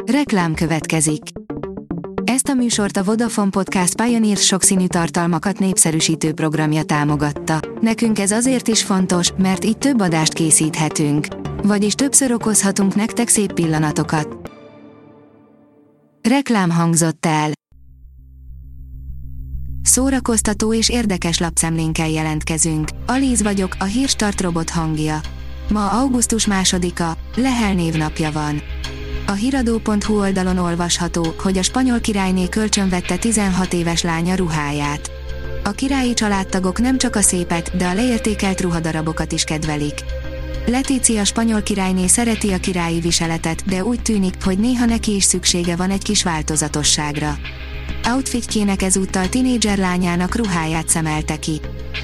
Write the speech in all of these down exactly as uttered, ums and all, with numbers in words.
Reklám következik. Ezt a műsort a Vodafone Podcast Pioneer sokszínű tartalmakat népszerűsítő programja támogatta. Nekünk ez azért is fontos, mert így több adást készíthetünk. Vagyis többször okozhatunk nektek szép pillanatokat. Reklám hangzott el. Szórakoztató és érdekes lapszemlénkkel jelentkezünk. Alíz vagyok, a Hírstart robot hangja. Ma augusztus másodika, Lehel névnapja van. A hiradó pont hu oldalon olvasható, hogy a spanyol királyné kölcsönvette tizenhat éves lánya ruháját. A királyi családtagok nem csak a szépet, de a leértékelt ruhadarabokat is kedvelik. Letícia spanyol királyné szereti a királyi viseletet, de úgy tűnik, hogy néha neki is szüksége van egy kis változatosságra. Outfitjének ezúttal tinédzser lányának ruháját szemelte ki.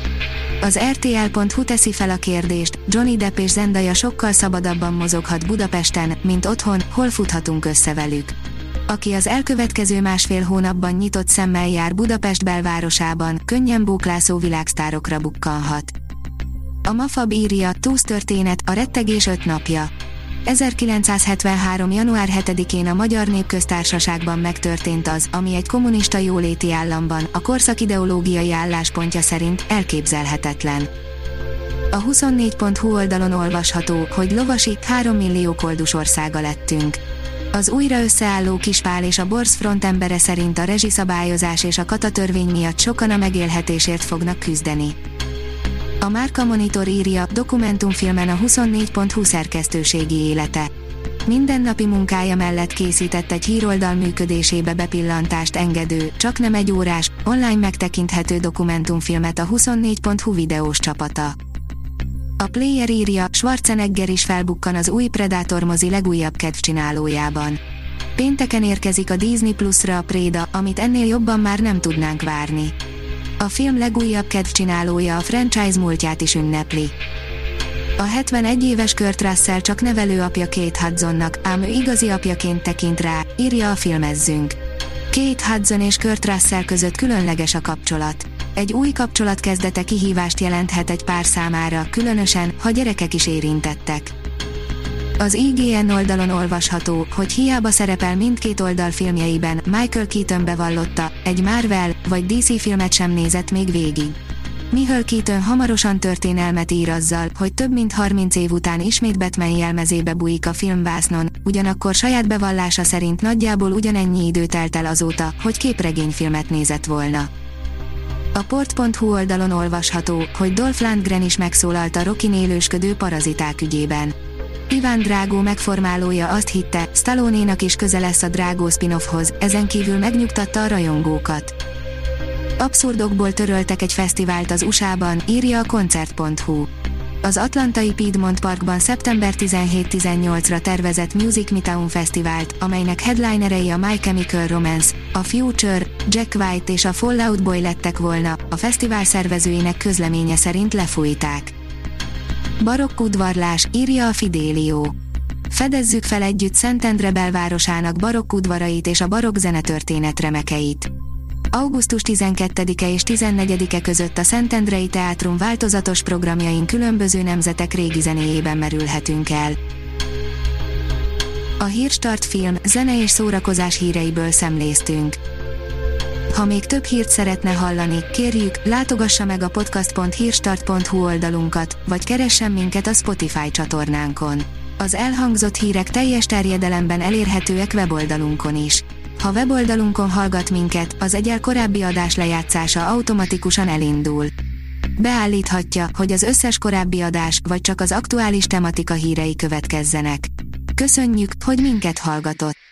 Az er té el pont hu teszi fel a kérdést, Johnny Depp és Zendaya sokkal szabadabban mozoghat Budapesten, mint otthon, hol futhatunk össze velük. Aki az elkövetkező másfél hónapban nyitott szemmel jár Budapest belvárosában, könnyen bóklászó világsztárokra bukkanhat. A Mafab írja, túsztörténet, a rettegés öt napja. ezerkilencszázhetvenhárom. január hetedikén a Magyar Népköztársaságban megtörtént az, ami egy kommunista jóléti államban, a korszak ideológiai álláspontja szerint elképzelhetetlen. A huszonnégy pont hu oldalon olvasható, hogy lovasi, három millió koldus országa lettünk. Az újra összeálló Kispál és a Borz Front embere szerint a rezsiszabályozás és a katatörvény miatt sokan a megélhetésért fognak küzdeni. A Márka Monitor írja, dokumentumfilmen a huszonnégy pont hu szerkesztőségi élete. Mindennapi munkája mellett készített egy híroldal működésébe bepillantást engedő, csaknem egy órás, online megtekinthető dokumentumfilmet a huszonnégy pont hu videós csapata. A Player írja, Schwarzenegger is felbukkan az új Predator mozi legújabb kedvcsinálójában. Pénteken érkezik a Disney Plus-ra a Préda, amit ennél jobban már nem tudnánk várni. A film legújabb kedvcsinálója a franchise múltját is ünnepli. A hetvenegy éves Kurt Russell csak nevelőapja Kate Hudsonnak, ám ő igazi apjaként tekint rá, írja a Filmezzünk. Kate Hudson és Kurt Russell között különleges a kapcsolat. Egy új kapcsolat kezdete kihívást jelenthet egy pár számára, különösen, ha gyerekek is érintettek. Az i gé en oldalon olvasható, hogy hiába szerepel mindkét oldal filmjeiben, Michael Keaton bevallotta, egy Marvel vagy dé cé filmet sem nézett még végig. Michael Keaton hamarosan történelmet ír azzal, hogy több mint harminc év után ismét Batman jelmezébe bújik a filmvásznon, ugyanakkor saját bevallása szerint nagyjából ugyanennyi idő telt el azóta, hogy képregényfilmet nézett volna. A port pont hu oldalon olvasható, hogy Dolph Lundgren is megszólalt a Rocky élősködő paraziták ügyében. Iván Drago megformálója azt hitte, Stallone-nak is köze lesz a Drago spin-offhoz, ezen kívül megnyugtatta a rajongókat. Abszurdokból töröltek egy fesztivált az u es á-ban, írja a koncert pont hu. Az atlantai Piedmont Parkban szeptember tizenhét-tizennyolcra tervezett Music Midtown Fesztivált, amelynek headlinerei a My Chemical Romance, a Future, Jack White és a Fall Out Boy lettek volna, a fesztivál szervezőinek közleménye szerint lefújták. Barokk udvarlás, írja a Fidelio. Fedezzük fel együtt Szentendre belvárosának barokk udvarait és a barokk zenetörténet remekeit. augusztus tizenkettedike és tizennegyedike között a Szentendrei Teátrum változatos programjain különböző nemzetek régi zenéjében merülhetünk el. A Hírstart film, zene és szórakozás híreiből szemléztünk. Ha még több hírt szeretne hallani, kérjük, látogassa meg a podcast pont hírstart pont hu oldalunkat, vagy keressen minket a Spotify csatornánkon. Az elhangzott hírek teljes terjedelemben elérhetőek weboldalunkon is. Ha weboldalunkon hallgat minket, az egyel korábbi adás lejátszása automatikusan elindul. Beállíthatja, hogy az összes korábbi adás, vagy csak az aktuális tematika hírei következzenek. Köszönjük, hogy minket hallgatott!